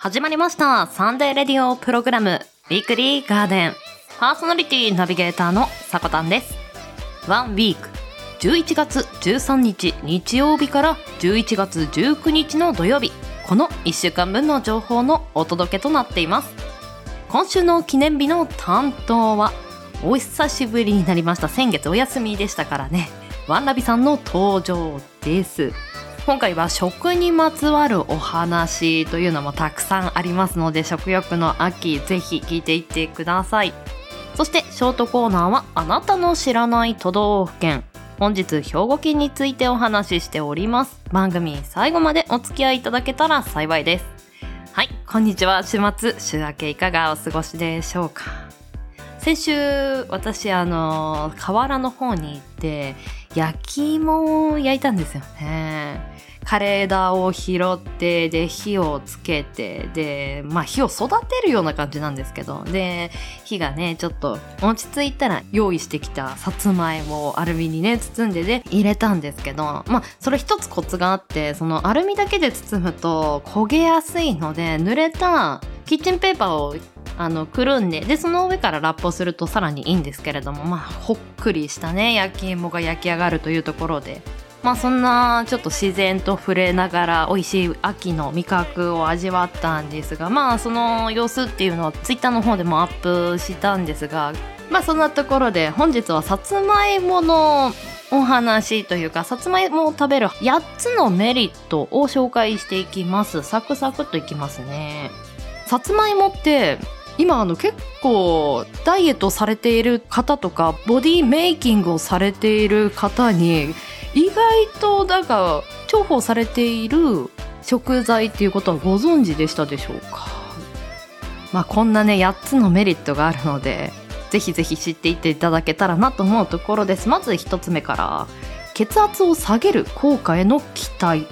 始まりましたサンデーレディオプログラムウィークリーガーデン、パーソナリティナビゲーターのさこたんです。ワンウィーク11月13日日曜日から11月19日の土曜日、この1週間分の情報のお届けとなっています。今週の記念日の担当はお久しぶりになりました。先月お休みでしたからね、ワンラビさんの登場です。今回は食にまつわるお話というのもたくさんありますので、食欲の秋ぜひ聞いていってください。そしてショートコーナーはあなたの知らない都道府県、本日兵庫県についてお話ししております。番組最後までお付き合いいただけたら幸いです。はい、こんにちは。週末週明けいかがお過ごしでしょうか。先週私河原の方に行って焼き芋を焼いたんですよね。枯れ枝を拾ってで火をつけてで、火を育てるような感じなんですけど、で火がねちょっと落ち着いたら用意してきたさつまいもをアルミにね包んでで入れたんですけど、それ一つコツがあって、そのアルミだけで包むと焦げやすいので、濡れたキッチンペーパーをくるんでその上からラップをするとさらにいいんですけれども、ほっくりしたね焼き芋が焼き上がるというところで、そんなちょっと自然と触れながら美味しい秋の味覚を味わったんですが、その様子っていうのはツイッターの方でもアップしたんですが、そんなところで本日はさつまいものお話というか、さつまいもを食べる8つのメリットを紹介していきます。サクサクっといきますね。さつまいもって今結構ダイエットされている方とかボディメイキングをされている方に意外と重宝されている食材っていうことはご存知でしたでしょうか。こんなね8つのメリットがあるので、ぜひぜひ知っていっていただけたらなと思うところです。まず1つ目から、血圧を下げる効果への期待。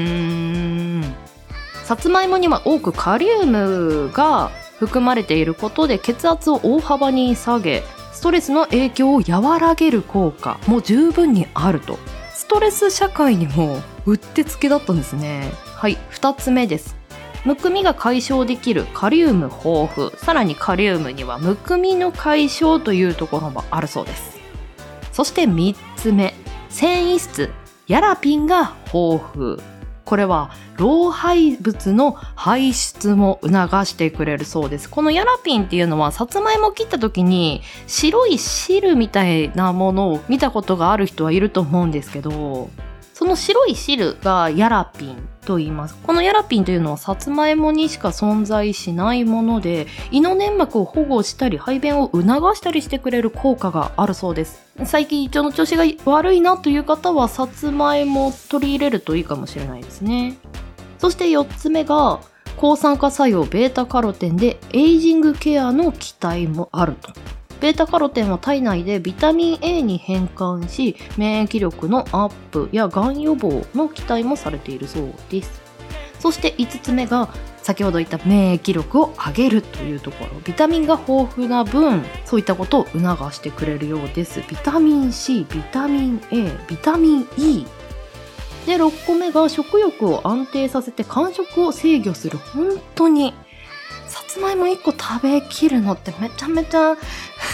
さつまいもには多くカリウムが含まれていることで血圧を大幅に下げ、ストレスの影響を和らげる効果も十分にあると。ストレス社会にもうってつけだったんですね。はい、2つ目です。むくみが解消できるカリウム豊富。さらにカリウムにはむくみの解消というところもあるそうです。そして3つ目、繊維質ヤラピンが豊富。これは老廃物の排出も促してくれるそうです。このヤラピンっていうのは、さつまいも切った時に白い汁みたいなものを見たことがある人はいると思うんですけど、その白い汁がヤラピンと言います。このヤラピンというのはさつまいもにしか存在しないもので、胃の粘膜を保護したり排便を促したりしてくれる効果があるそうです。最近胃腸の調子が悪いなという方はさつまいもを取り入れるといいかもしれないですね。そして4つ目が、抗酸化作用ベータカロテンでエイジングケアの期待もあると。ベータカロテンは体内でビタミン A に変換し、免疫力のアップやがん予防の期待もされているそうです。そして5つ目が、先ほど言った免疫力を上げるというところ。ビタミンが豊富な分、そういったことを促してくれるようです。ビタミン C、ビタミン A、ビタミン E。で、6個目が食欲を安定させて間食を制御する。本当にさつまいも1個食べきるのってめちゃめちゃ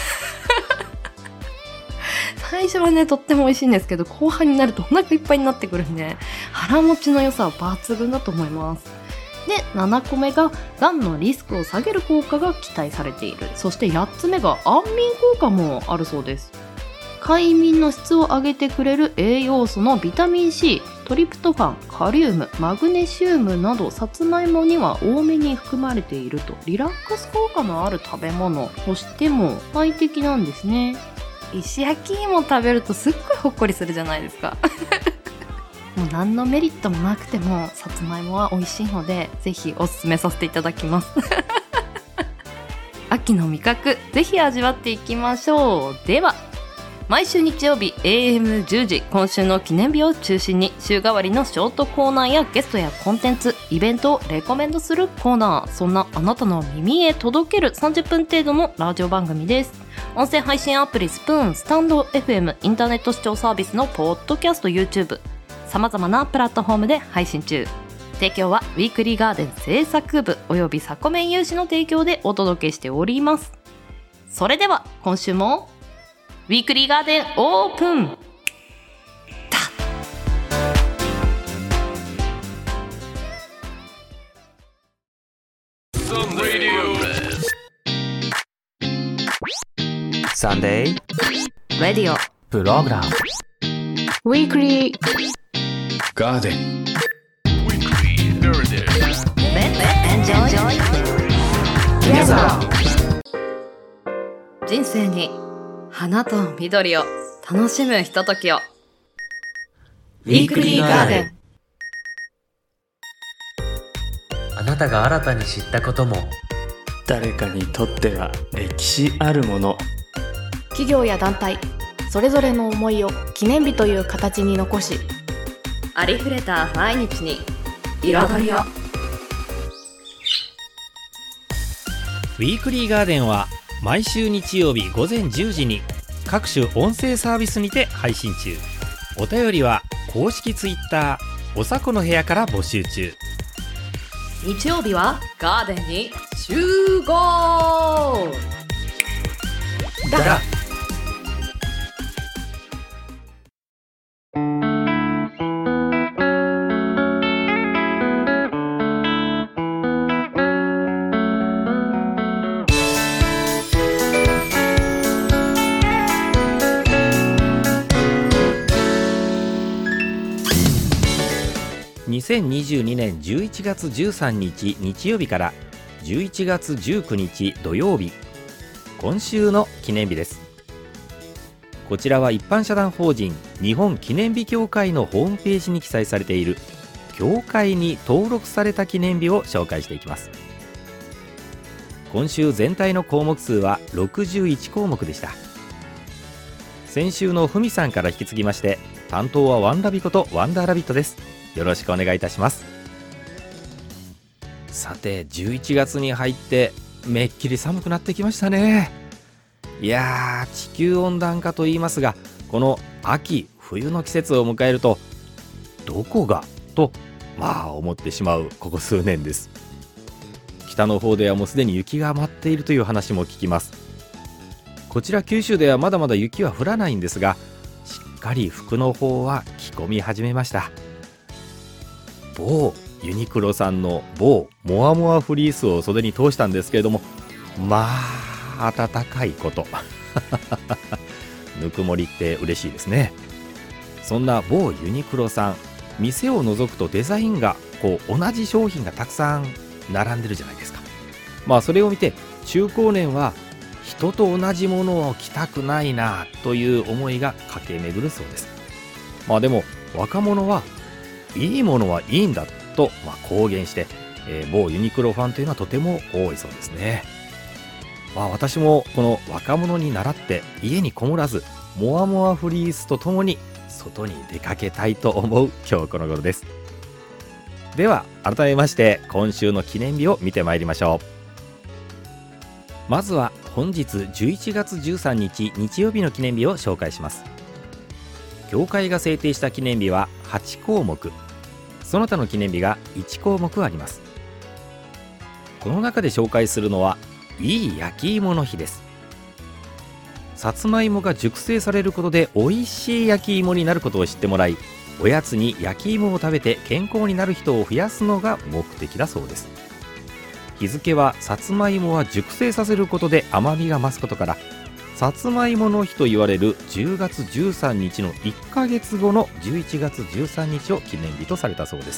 最初はねとっても美味しいんですけど、後半になるとお腹いっぱいになってくるんで、腹持ちの良さは抜群だと思います。で、7個目ががんのリスクを下げる効果が期待されている。そして8つ目が安眠効果もあるそうです。快眠の質を上げてくれる栄養素のビタミン C、トリプトファン、カリウム、マグネシウムなどさつまいもには多めに含まれていると。リラックス効果のある食べ物としても最適なんですね。石焼き芋食べるとすっごいほっこりするじゃないですかもう何のメリットもなくてもさつまいもは美味しいので、ぜひおすすめさせていただきます秋の味覚ぜひ味わっていきましょう。では毎週日曜日 AM10 時、今週の記念日を中心に週替わりのショートコーナーやゲストやコンテンツ、イベントをレコメンドするコーナー。そんなあなたの耳へ届ける30分程度のラジオ番組です。音声配信アプリスプーン、スタンド FM、インターネット視聴サービスのポッドキャスト、YouTube、様々なプラットフォームで配信中。 提供はウィークリーガーデン制作部およびサコメン有志の提供でお届けしております。それでは今週もウィークリーガーデンオープン。 サンデーレディオプログラムウィークリーガーデン人生に花と緑を楽しむひとときを。 ウィークリーガーデン。 あなたが新たに知ったことも、 誰かにとっては歴史あるもの。 企業や団体それぞれの思いを記念日という形に残し、 ありふれた毎日に彩りを。 ウィークリーガーデンは毎週日曜日午前10時に各種音声サービスにて配信中。お便りは公式ツイッターおさこの部屋から募集中。 日曜日はガーデンに集合だから 2022年11月13日日曜日から11月19日土曜日、今週の記念日です。こちらは一般社団法人日本記念日協会のホームページに記載されている協会に登録された記念日を紹介していきます。今週全体の項目数は61項目でした。先週のふみさんから引き継ぎまして、担当はワンラビことワンダーラビットです。よろしくお願いいたします。さて、11月に入ってめっきり寒くなってきましたね。いやー、地球温暖化と言いますが、この秋冬の季節を迎えるとどこがと思ってしまうここ数年です。北の方ではもうすでに雪が舞っているという話も聞きます。こちら九州ではまだまだ雪は降らないんですが、しっかり服の方は着込み始めました。某ユニクロさんの某モアモアフリースを袖に通したんですけれども、暖かいことぬくもりって嬉しいですね。そんな某ユニクロさん、店を除くとデザインが同じ商品がたくさん並んでるじゃないですか。それを見て中高年は人と同じものを着たくないなという思いが駆け巡るそうです。でも若者はいいものはいいんだと公言して、某ユニクロファンというのはとても多いそうですね。私もこの若者に倣って家にこもらず、モアモアフリースとともに外に出かけたいと思う今日この頃です。では改めまして今週の記念日を見てまいりましょう。まずは本日11月13日日曜日の記念日を紹介します。協会が制定した記念日は8項目、その他の記念日が1項目あります。この中で紹介するのはいい焼き芋の日です。さつまいもが熟成されることで美味しい焼き芋になることを知ってもらい、おやつに焼き芋を食べて健康になる人を増やすのが目的だそうです。日付はさつまいもは熟成させることで甘みが増すことから、さつまいもの日と言われる10月13日の1ヶ月後の11月13日を記念日とされたそうです。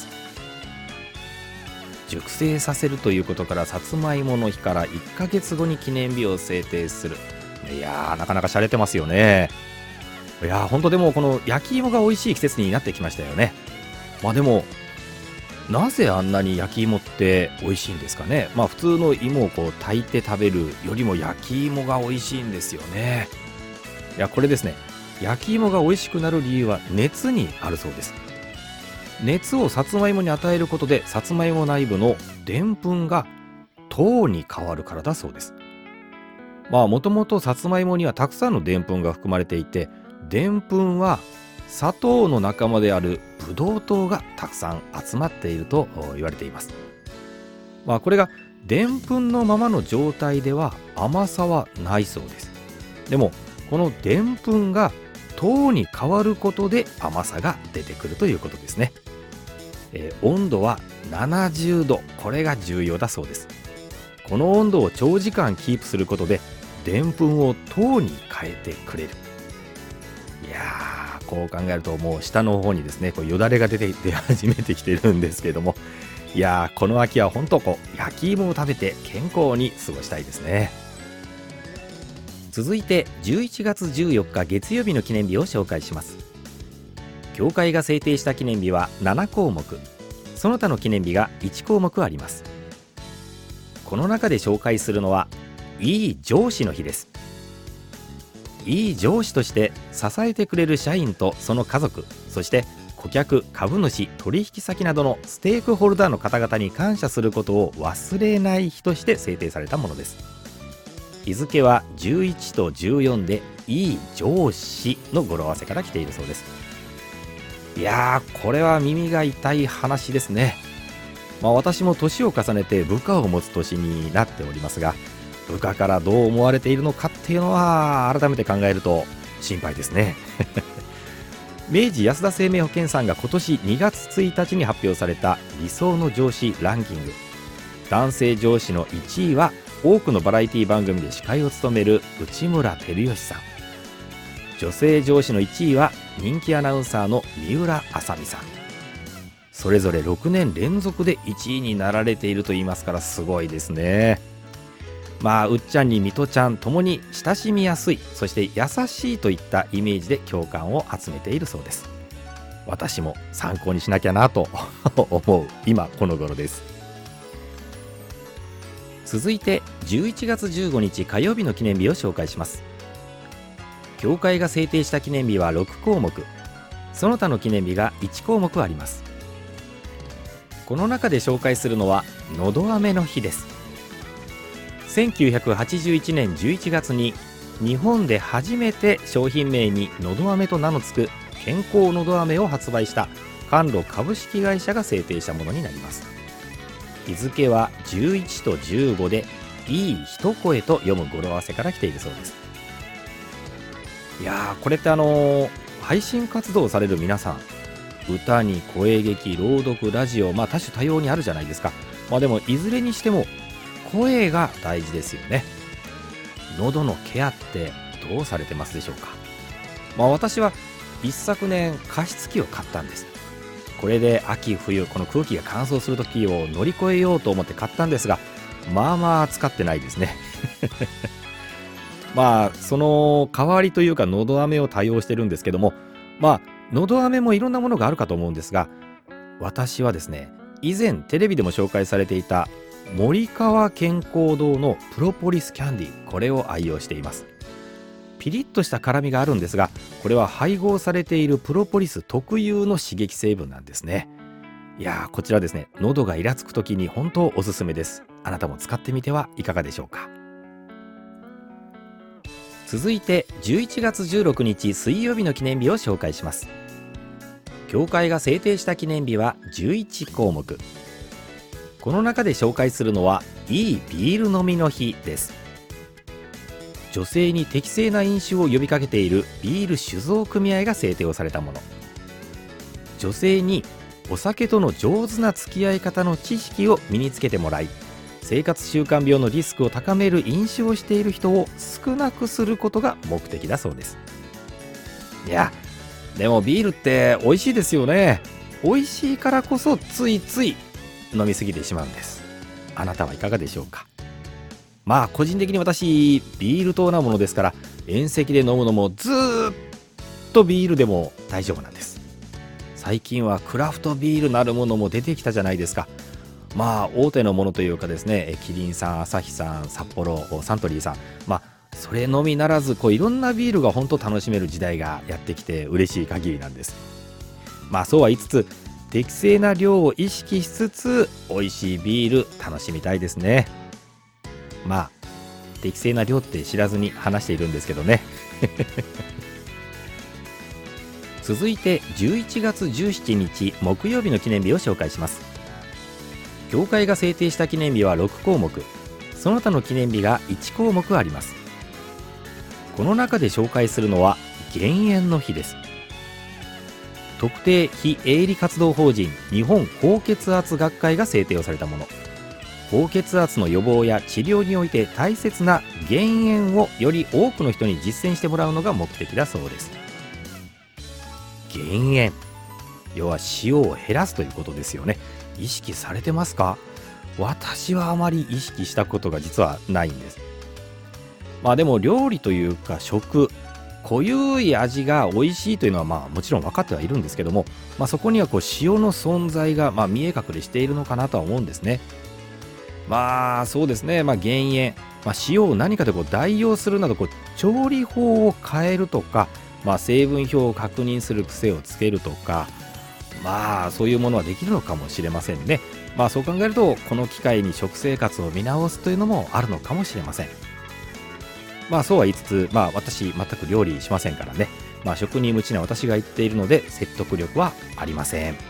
熟成させるということからさつまいもの日から1ヶ月後に記念日を制定する。いやー、なかなか洒落てますよね。いやー、本当でもこの焼き芋が美味しい季節になってきましたよね。でもなぜあんなに焼き芋って美味しいんですかね。普通の芋を炊いて食べるよりも焼き芋が美味しいんですよね。いや、これですね、焼き芋が美味しくなる理由は熱にあるそうです。熱をさつまいもに与えることでさつまいも内部のでんぷんが糖に変わるからだそうです。もともとさつまいもにはたくさんのでんぷんが含まれていて、でんぷんは砂糖の仲間であるブドウ糖がたくさん集まっていると言われています。これがでんぷんのままの状態では甘さはないそうです。でもこのでんぷんが糖に変わることで甘さが出てくるということですね。温度は70度、これが重要だそうです。この温度を長時間キープすることででんぷんを糖に変えてくれる。いやー、こう考えるともう下の方にですね、よだれが出始めてきているんですけれども、いやー、この秋は本当焼き芋を食べて健康に過ごしたいですね。続いて11月14日月曜日の記念日を紹介します。教会が制定した記念日は7項目、その他の記念日が1項目あります。この中で紹介するのはいい上司の日です。いい上司として支えてくれる社員とその家族、そして顧客、株主、取引先などのステークホルダーの方々に感謝することを忘れない日として制定されたものです。日付は11と14でいい上司の語呂合わせから来ているそうです。いやー、これは耳が痛い話ですね。私も年を重ねて部下を持つ年になっておりますが、部下からどう思われているのかっていうのは改めて考えると心配ですね。明治安田生命保険さんが今年2月1日に発表された理想の上司ランキング、男性上司の1位は多くのバラエティ番組で司会を務める内村光良さん、女性上司の1位は人気アナウンサーの三浦あさみさん。それぞれ6年連続で1位になられていると言いますから、すごいですね。うっちゃんに水戸ちゃんともに親しみやすい、そして優しいといったイメージで共感を集めているそうです。私も参考にしなきゃなと思う今この頃です。続いて11月15日火曜日の記念日を紹介します。教会が制定した記念日は6項目、その他の記念日が1項目あります。この中で紹介するのはのど飴の日です。1981年11月に日本で初めて商品名にのど飴と名の付く健康のど飴を発売した甘露株式会社が制定したものになります。日付は11と15でいい一声と読む語呂合わせから来ているそうです。いやー、これって配信活動をされる皆さん、歌に声劇、朗読、ラジオ、多種多様にあるじゃないですか。でもいずれにしても声が大事ですよね。喉のケアってどうされてますでしょうか。私は一昨年加湿器を買ったんです。これで秋冬この空気が乾燥する時を乗り越えようと思って買ったんですが、使ってないですね。その代わりというかのど飴を多用してるんですけども、のど飴もいろんなものがあるかと思うんですが、私はですね、以前テレビでも紹介されていた森川健康堂のプロポリスキャンディ、これを愛用しています。ピリッとした辛みがあるんですが、これは配合されているプロポリス特有の刺激成分なんですね。いやー、こちらですね、喉がイラつく時に本当おすすめです。あなたも使ってみてはいかがでしょうか。続いて11月16日水曜日の記念日を紹介します。教会が制定した記念日は11項目。この中で紹介するのはいいビール飲みの日です。女性に適正な飲酒を呼びかけているビール酒造組合が制定をされたもの。女性にお酒との上手な付き合い方の知識を身につけてもらい、生活習慣病のリスクを高める飲酒をしている人を少なくすることが目的だそうです。いや、でもビールって美味しいですよね。美味しいからこそついつい飲みすぎてしまうんです。あなたはいかがでしょうか。個人的に私ビール糖なものですから、遠赤で飲むのもずーっとビールでも大丈夫なんです。最近はクラフトビールなるものも出てきたじゃないですか。大手のものというかですね、キリンさん、アサヒさん、札幌、サントリーさん、それのみならずいろんなビールが本当楽しめる時代がやってきて嬉しい限りなんです。そうは言いつつ、適正な量を意識しつつ美味しいビール楽しみたいですね。適正な量って知らずに話しているんですけどね。 続いて11月17日木曜日の記念日を紹介します。協会が制定した記念日は6項目、その他の記念日が1項目あります。この中で紹介するのは減塩の日です。特定非営利活動法人日本高血圧学会が制定をされたもの。高血圧の予防や治療において大切な減塩をより多くの人に実践してもらうのが目的だそうです。減塩、要は塩を減らすということですよね。意識されてますか？私はあまり意識したことが実はないんです。でも料理というか食、濃ゆい味が美味しいというのはもちろん分かってはいるんですけども、そこには塩の存在が見え隠れしているのかなとは思うんですね。そうですね、減塩、塩を何かで代用するなど調理法を変えるとか、成分表を確認する癖をつけるとか、そういうものはできるのかもしれませんね。そう考えるとこの機会に食生活を見直すというのもあるのかもしれません。そうは言いつつ、私全く料理しませんからね、食に無知な私が言っているので説得力はありません。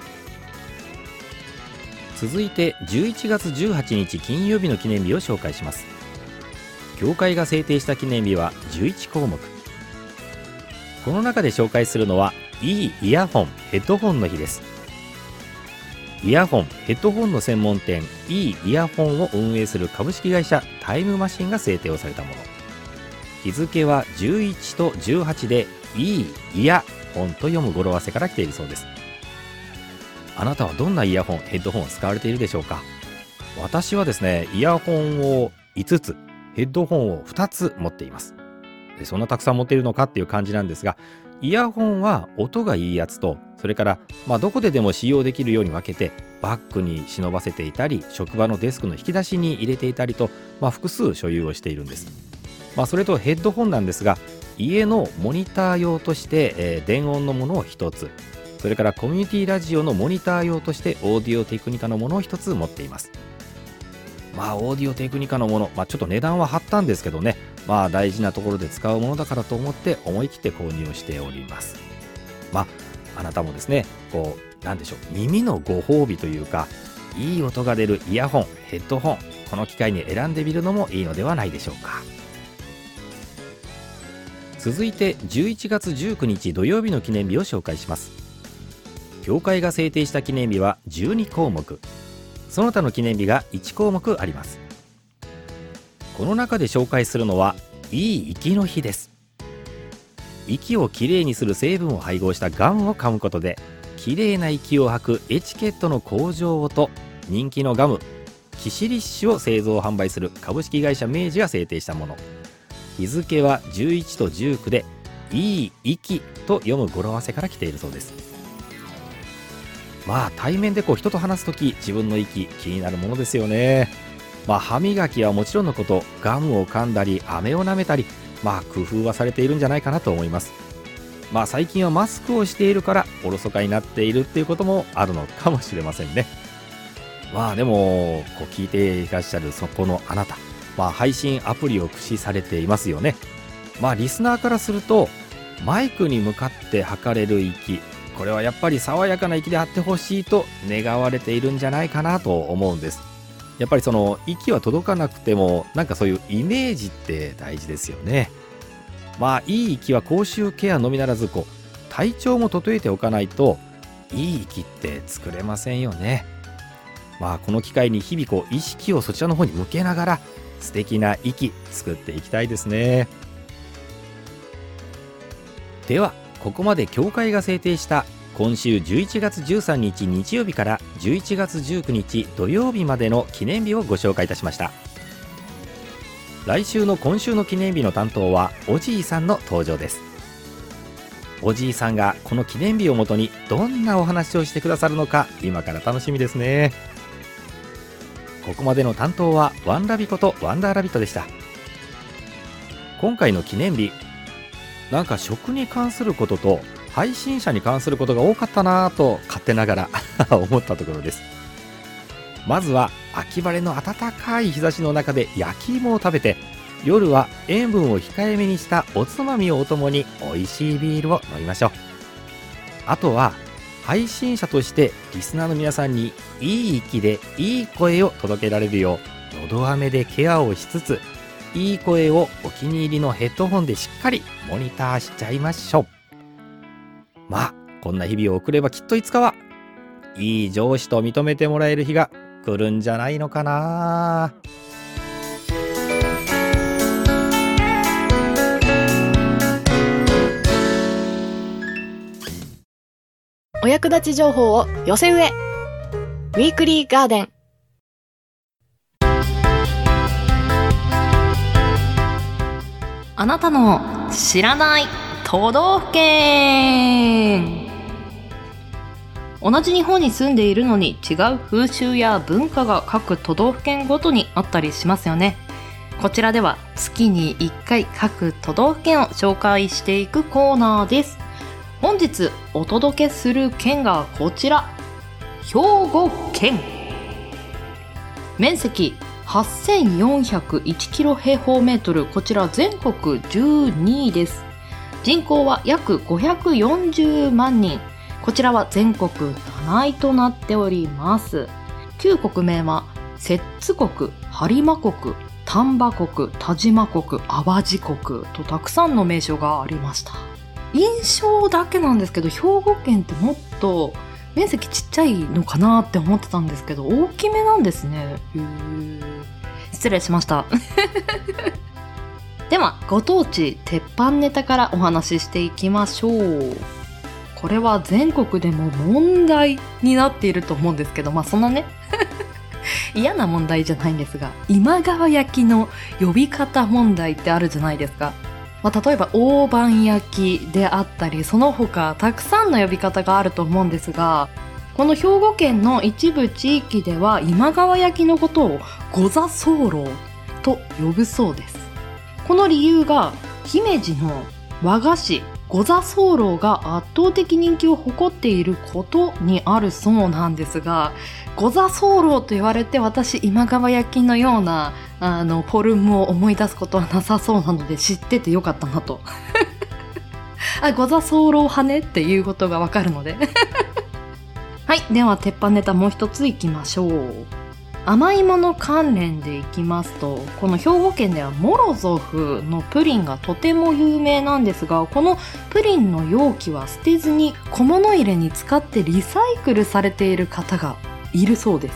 続いて11月18日金曜日の記念日を紹介します。協会が制定した記念日は11項目。この中で紹介するのはいいイヤホン・ヘッドホンの日です。イヤホン・ヘッドホンの専門店いいイヤホンを運営する株式会社タイムマシンが制定をされたもの。日付は11と18でいいイヤホンと読む語呂合わせから来ているそうです。あなたはどんなイヤホン・ヘッドホンを使われているでしょうか？私はですね、イヤホンを5つ、ヘッドホンを2つ持っています。でそんなたくさん持っているのかっていう感じなんですが、イヤホンは音がいいやつと、それからどこででも使用できるように分けてバッグに忍ばせていたり、職場のデスクの引き出しに入れていたりと、複数所有をしているんです。それとヘッドホンなんですが、家のモニター用として、電音のものを1つ、それからコミュニティラジオのモニター用としてオーディオテクニカのものを1つ持っています。オーディオテクニカのもの、ちょっと値段は張ったんですけどね、大事なところで使うものだからと思って思い切って購入をしております。あなたもですね、なんでしょう、耳のご褒美というか、いい音が出るイヤホン・ヘッドホン、この機会に選んでみるのもいいのではないでしょうか。続いて11月19日土曜日の記念日を紹介します。協会が制定した記念日は12項目、その他の記念日が1項目あります。この中で紹介するのはいい息の日です。息をきれいにする成分を配合したガムを噛むことできれいな息を吐くエチケットの向上をと、人気のガムキシリッシュを製造販売する株式会社明治が制定したもの。日付は11と19でいい息と読む語呂合わせから来ているそうです。対面で人と話すとき、自分の息気になるものですよね。歯磨きはもちろんのこと、ガムを噛んだり飴を舐めたり、工夫はされているんじゃないかなと思います。最近はマスクをしているからおろそかになっているっていうこともあるのかもしれませんね。でも聞いていらっしゃるそこのあなた、配信アプリを駆使されていますよね。リスナーからするとマイクに向かって吐かれる息、これはやっぱり爽やかな息であってほしいと願われているんじゃないかなと思うんです。やっぱりその息は届かなくても、そういうイメージって大事ですよね。いい息は口臭ケアのみならず体調も整えておかないといい息って作れませんよね。この機会に日々意識をそちらの方に向けながら素敵な息作っていきたいですね。ではここまで協会が制定した今週11月13日日曜日から11月19日土曜日までの記念日をご紹介いたしました。来週の今週の記念日の担当はおじいさんの登場です。おじいさんがこの記念日をもとにどんなお話をしてくださるのか、今から楽しみですね。ここまでの担当はワンラビことワンダーラビットでした。今回の記念日、食に関することと配信者に関することが多かったなぁと勝手ながら思ったところです。まずは秋晴れの暖かい日差しの中で焼き芋を食べて、夜は塩分を控えめにしたおつまみをお供に美味しいビールを飲みましょう。 あとは配信者としてリスナーの皆さんにいい息でいい声を届けられるよう、のど飴でケアをしつつ、いい声をお気に入りのヘッドホンでしっかりモニターしちゃいましょう。まあこんな日々を送ればきっといつかはいい上司と認めてもらえる日が来るんじゃないのかな。 お役立ち情報を寄せ植え。ウィークリーガーデン。 あなたの知らない都道府県。同じ日本に住んでいるのに違う風習や文化が各都道府県ごとにあったりしますよね。こちらでは月に1回各都道府県を紹介していくコーナーです。本日お届けする県がこちら、兵庫県。面積8401キロ平方メートル、こちら全国12位です。人口は約540万人、こちらは全国7位となっております。旧国名は摂津国、播磨国、丹波国、田島国、淡路国とたくさんの名所がありました。印象だけなんですけど、兵庫県ってもっと面積ちっちゃいのかなって思ってたんですけど、大きめなんですね。失礼しましたではご当地鉄板ネタからお話ししていきましょう。これは全国でも問題になっていると思うんですけど、そんなね嫌な問題じゃないんですが、今川焼きの呼び方問題ってあるじゃないですか。例えば大判焼きであったり、その他たくさんの呼び方があると思うんですが、この兵庫県の一部地域では今川焼きのことを御座候と呼ぶそうです。この理由が姫路の和菓子御座候が圧倒的人気を誇っていることにあるそうなんですが、御座候と言われて私今川焼きのようなフォルムを思い出すことはなさそうなので、知っててよかったなと御座候派ねっていうことがわかるのではい、では鉄板ネタもう一ついきましょう。甘いもの関連でいきますと、この兵庫県ではモロゾフのプリンがとても有名なんですが、このプリンの容器は捨てずに小物入れに使ってリサイクルされている方がいるそうです。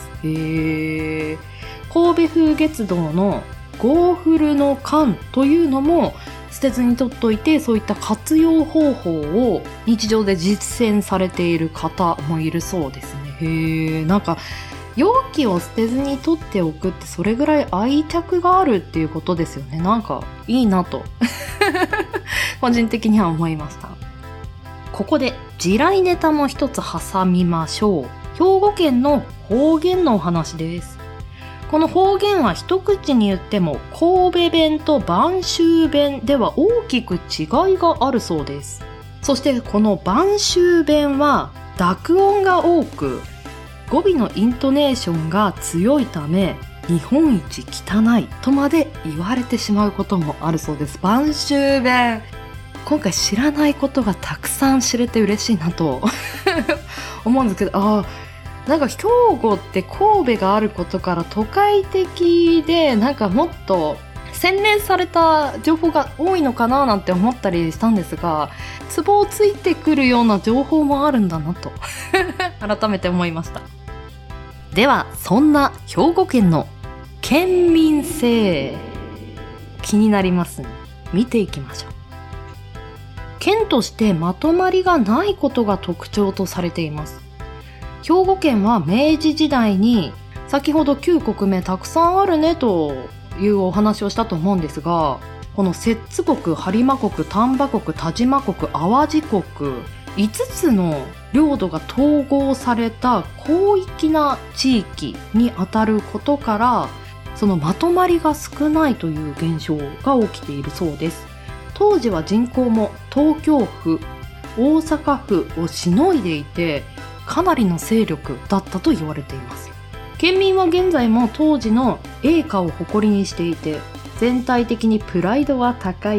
神戸風月堂のゴーフルの缶というのも捨てずに取っといて、そういった活用方法を日常で実践されている方もいるそうですね。なんか容器を捨てずに取っておくってそれぐらい愛着があるっていうことですよね。なんかいいなと個人的には思いました。ここで地雷ネタも一つ挟みましょう。兵庫県の方言のお話です。この方言は一口に言っても神戸弁と播州弁では大きく違いがあるそうです。そしてこの播州弁は濁音が多く、語尾のイントネーションが強いため日本一汚いとまで言われてしまうこともあるそうです。播州弁、今回知らないことがたくさん知れて嬉しいなと思うんですけど、なんか兵庫って神戸があることから都会的で、なんかもっと洗練された情報が多いのかななんて思ったりしたんですが、ツボをついてくるような情報もあるんだなと改めて思いました。ではそんな兵庫県の県民性、気になりますね。見ていきましょう。県としてまとまりがないことが特徴とされています。兵庫県は明治時代に先ほど旧国名たくさんあるねというお話をしたと思うんですが、この摂津国、播磨国、丹波国、田島国、淡路国、5つの領土が統合された広域な地域にあたることから、そのまとまりが少ないという現象が起きているそうです。当時は人口も東京府、大阪府をしのいでいて、かなりの勢力だったと言われています。県民は現在も当時の栄華を誇りにしていて、全体的にプライドは高いが、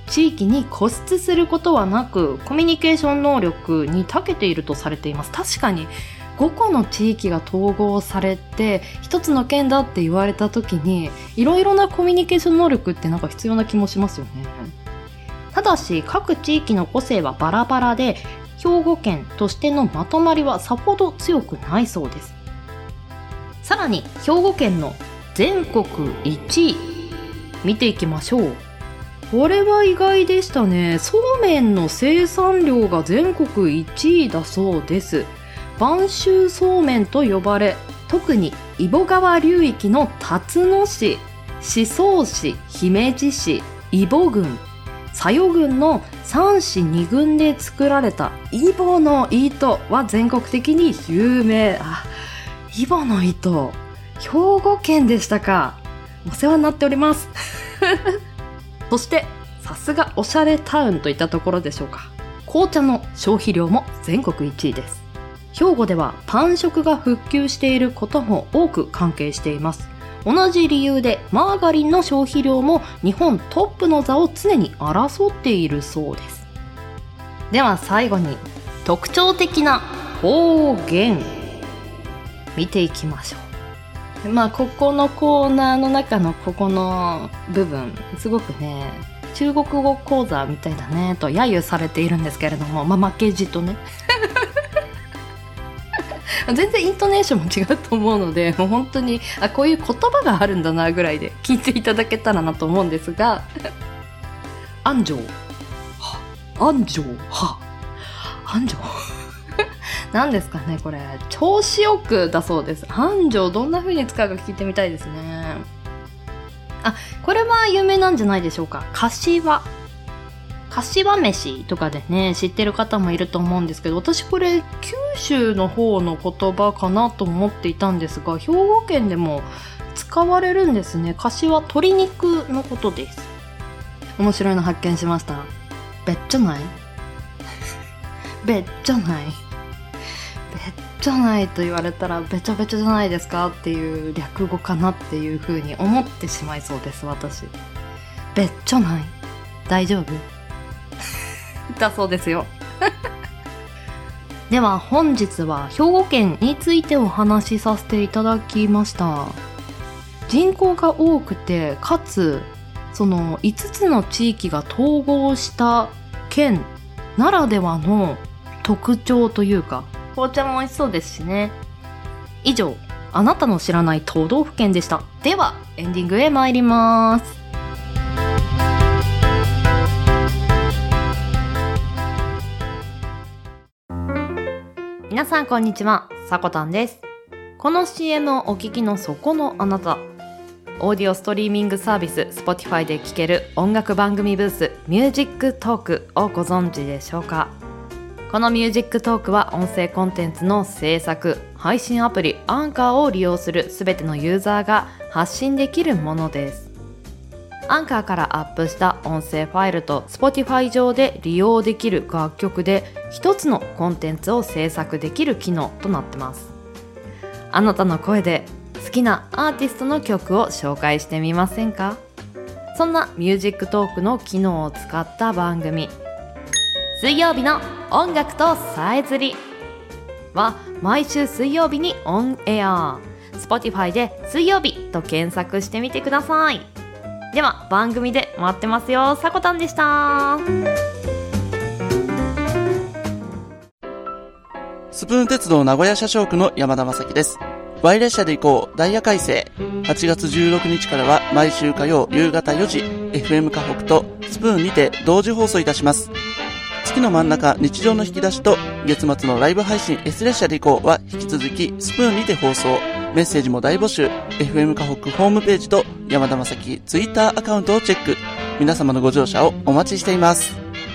地域に固執することはなく、コミュニケーション能力に長けているとされています。確かに5個の地域が統合されて一つの県だって言われた時に、いろいろなコミュニケーション能力ってなんか必要な気もしますよね。ただし各地域の個性はバラバラで、兵庫県としてのまとまりはさほど強くないそうです。さらに兵庫県の全国1位見ていきましょう。これは意外でしたね。そうめんの生産量が全国1位だそうです。播州そうめんと呼ばれ、特に揖保川流域の辰野市、宍粟市、姫路市、揖保郡、佐用郡の3市2郡で作られた揖保の糸は全国的に有名。揖保の糸、兵庫県でしたか。お世話になっておりますそしてさすがおしゃれタウンといったところでしょうか。紅茶の消費量も全国1位です。兵庫ではパン食が復旧していることも多く関係しています。同じ理由でマーガリンの消費量も日本トップの座を常に争っているそうです。では最後に特徴的な方言見ていきましょう。ここのコーナーの中のここの部分、すごくね中国語講座みたいだねと揶揄されているんですけれども、負けじとね全然イントネーションも違うと思うので、もう本当にこういう言葉があるんだなぐらいで聞いていただけたらなと思うんですが、安城は安城は安城何ですかねこれ。調子よくだそうです。安城どんな風に使うか聞いてみたいですね。これは有名なんじゃないでしょうか。柏飯とかでね知ってる方もいると思うんですけど、私これ九州の方の言葉かなと思っていたんですが、兵庫県でも使われるんですね。柏、鶏肉のことです。面白いの発見しました。べっちゃないべっちゃないべっちゃないと言われたらべちゃべちゃじゃないですかっていう略語かなっていう風に思ってしまいそうです。私べっちゃない大丈夫だそうですよでは本日は兵庫県についてお話しさせていただきました。人口が多くて、かつその5つの地域が統合した県ならではの特徴というか、紅茶も美味しそうですしね。以上、あなたの知らない都道府県でした。ではエンディングへ参ります。皆さんこんにちは、さこたんです。この CM をお聞きのそこのあなた、オーディオストリーミングサービス Spotify で聴ける音楽番組ブースミュージックトークをご存知でしょうか。このミュージックトークは音声コンテンツの制作、配信アプリアンカーを利用するすべてのユーザーが発信できるものです。アンカーからアップした音声ファイルと Spotify 上で利用できる楽曲で一つのコンテンツを制作できる機能となってます。あなたの声で好きなアーティストの曲を紹介してみませんか？そんなミュージックトークの機能を使った番組、水曜日の音楽とさえずりは毎週水曜日にオンエア。 Spotify で水曜日と検索してみてください。では番組で待ってますよ。さこたんでした。 スプーン鉄道名古屋車掌区の山田正樹です。Y 列車で行こうダイヤ改正。8月16日からは毎週火曜夕方4時 FM 河北とスプーンにて同時放送いたします。月の真ん中日常の引き出しと月末のライブ配信 S 列車で行こうは引き続きスプーンにて放送。メッセージも大募集。 FM 河北ホームページと山田正樹ツイッターアカウントをチェック。皆様のご乗車をお待ちしています。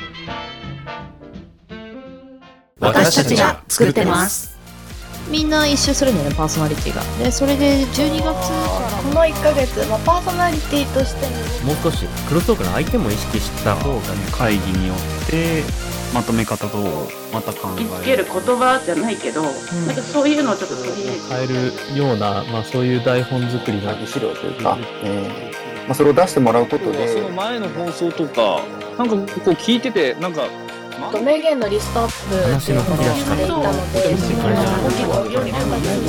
私たちが作ってます。 みんな一周するんだよね、パーソナリティが。でそれで12月からこの1ヶ月、パーソナリティとしてもう少しクロストークの相手も意識した方がね、 会議によってまとめ方とまた考え見つける言葉じゃないけど、なんかそういうのをちょっと取り入れて変えるような、そういう台本作りが資料というか、 それを出してもらうことで、 その前の放送とかなんかこう聞いててなんか名言のリストアップっていうのをしていたので、その大きく読み方に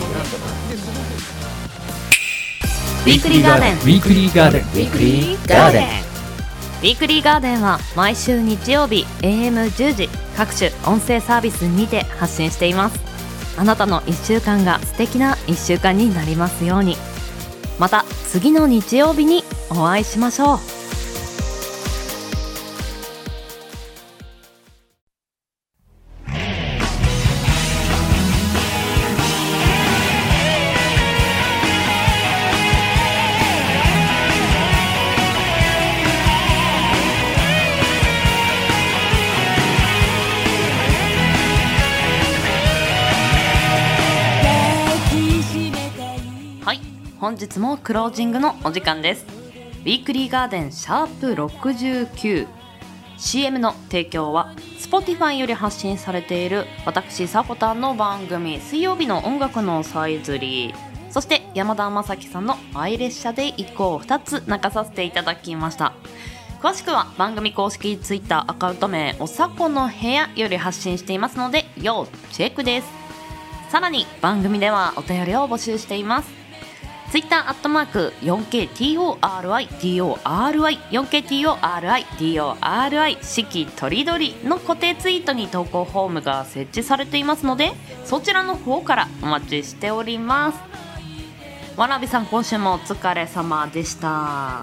ウィークリーガーデンウィークリーガーデンウィークリーガーデンウィークリーガーデンは毎週日曜日 AM10 時各種音声サービスにて発信しています。あなたの1週間が素敵な1週間になりますように。また次の日曜日にお会いしましょう。本日もクロージングのお時間です。ウィークリーガーデンシャープ69 CM の提供は Spotify より発信されている私サコタンの番組水曜日の音楽のさえずり、そして山田正樹さんの愛列車で行こう2つ泣かさせていただきました。詳しくは番組公式 Twitter アカウント名おさこの部屋より発信していますので要チェックです。さらに番組ではお便りを募集しています。Twitter @4KTORI4KTORI 四季とりどりの固定ツイートに投稿フォームが設置されていますので、そちらの方からお待ちしております。わらびさん、今週もお疲れ様でした。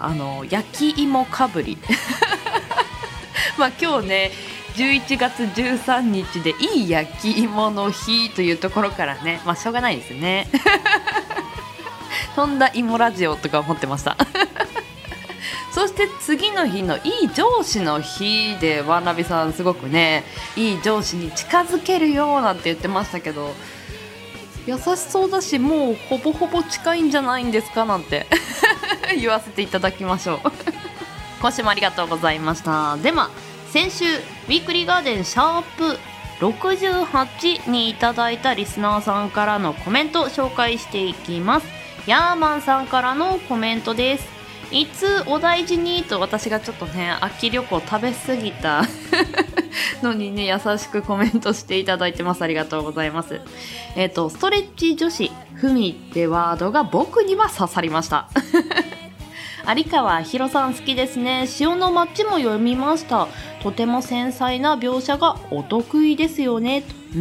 焼き芋かぶり今日ね11月13日でいい焼き芋の日というところからね、しょうがないですねとんだ芋ラジオとか思ってましたそして次の日のいい上司の日でワンラビさんすごくねいい上司に近づけるよなんて言ってましたけど、優しそうだしもうほぼほぼ近いんじゃないんですかなんて言わせていただきましょう今週もありがとうございました。では先週ウィークリーガーデンシャープ68にいただいたリスナーさんからのコメントを紹介していきます。ヤーマンさんからのコメントです。いつお大事にと、私がちょっとね秋旅行食べ過ぎたのにね優しくコメントしていただいてます。ありがとうございます。ストレッチ女子ふみってワードが僕には刺さりました有川博さん好きですね。潮の街も読みました。とても繊細な描写がお得意ですよね。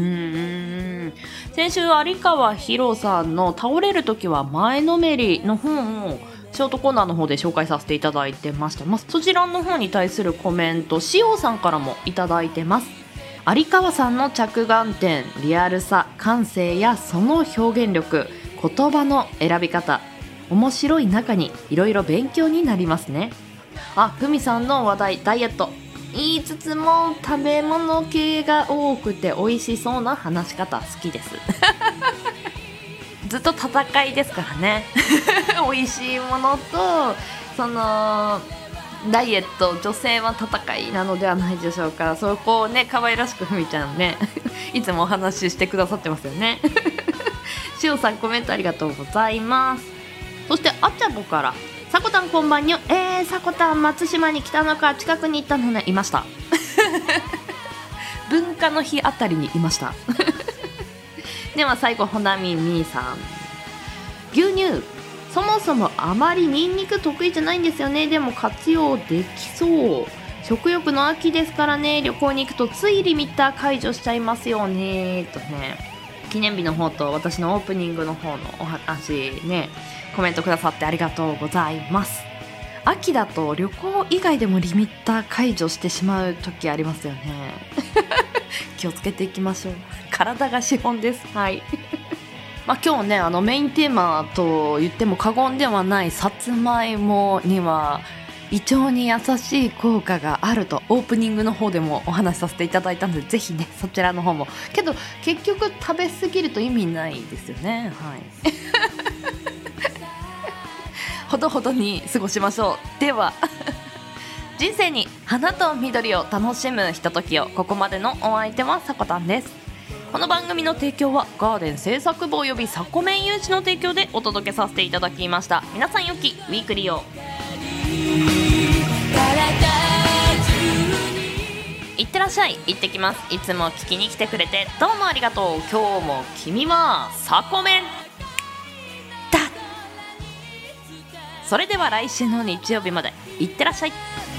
先週有川博さんの倒れる時は前のめりの本をショートコーナーの方で紹介させていただいてました。そちらの方に対するコメント塩さんからもいただいてます。有川さんの着眼点、リアルさ、感性やその表現力、言葉の選び方、面白い中にいろいろ勉強になりますね。ふみさんの話題、ダイエット言いつつも食べ物系が多くて美味しそうな話し方好きですずっと戦いですからね美味しいものとそのダイエット、女性は戦いなのではないでしょうか。そこをね可愛らしくふみちゃんねいつもお話ししてくださってますよねしおさんコメントありがとうございます。そしてあちゃぼからさこたんこんばんにょ、さこたん松島に来たのか、近くに行ったのね、いました文化の日あたりにいましたでは最後ほなみみーさん、牛乳そもそもあまりニンニク得意じゃないんですよね。でも活用できそう。食欲の秋ですからね、旅行に行くとついリミッター解除しちゃいますよねとね、記念日の方と私のオープニングの方のお話ねコメントくださってありがとうございます。秋だと旅行以外でもリミッター解除してしまう時ありますよね気をつけていきましょう。体が資本です。はい今日ねメインテーマと言っても過言ではないさつまいもには胃腸に優しい効果があるとオープニングの方でもお話しさせていただいたので、ぜひねそちらの方も。けど結局食べ過ぎると意味ないですよね。はいほどほどに過ごしましょう。では人生に花と緑を楽しむひとときを。ここまでのお相手はさこたんです。この番組の提供はガーデン制作部およびサコメン有志の提供でお届けさせていただきました。皆さん良きウィークリーを。 いってらっしゃい、行ってきます。いつも聞きに来てくれてどうもありがとう。今日も君はサコメンだ。それでは来週の日曜日までいってらっしゃい。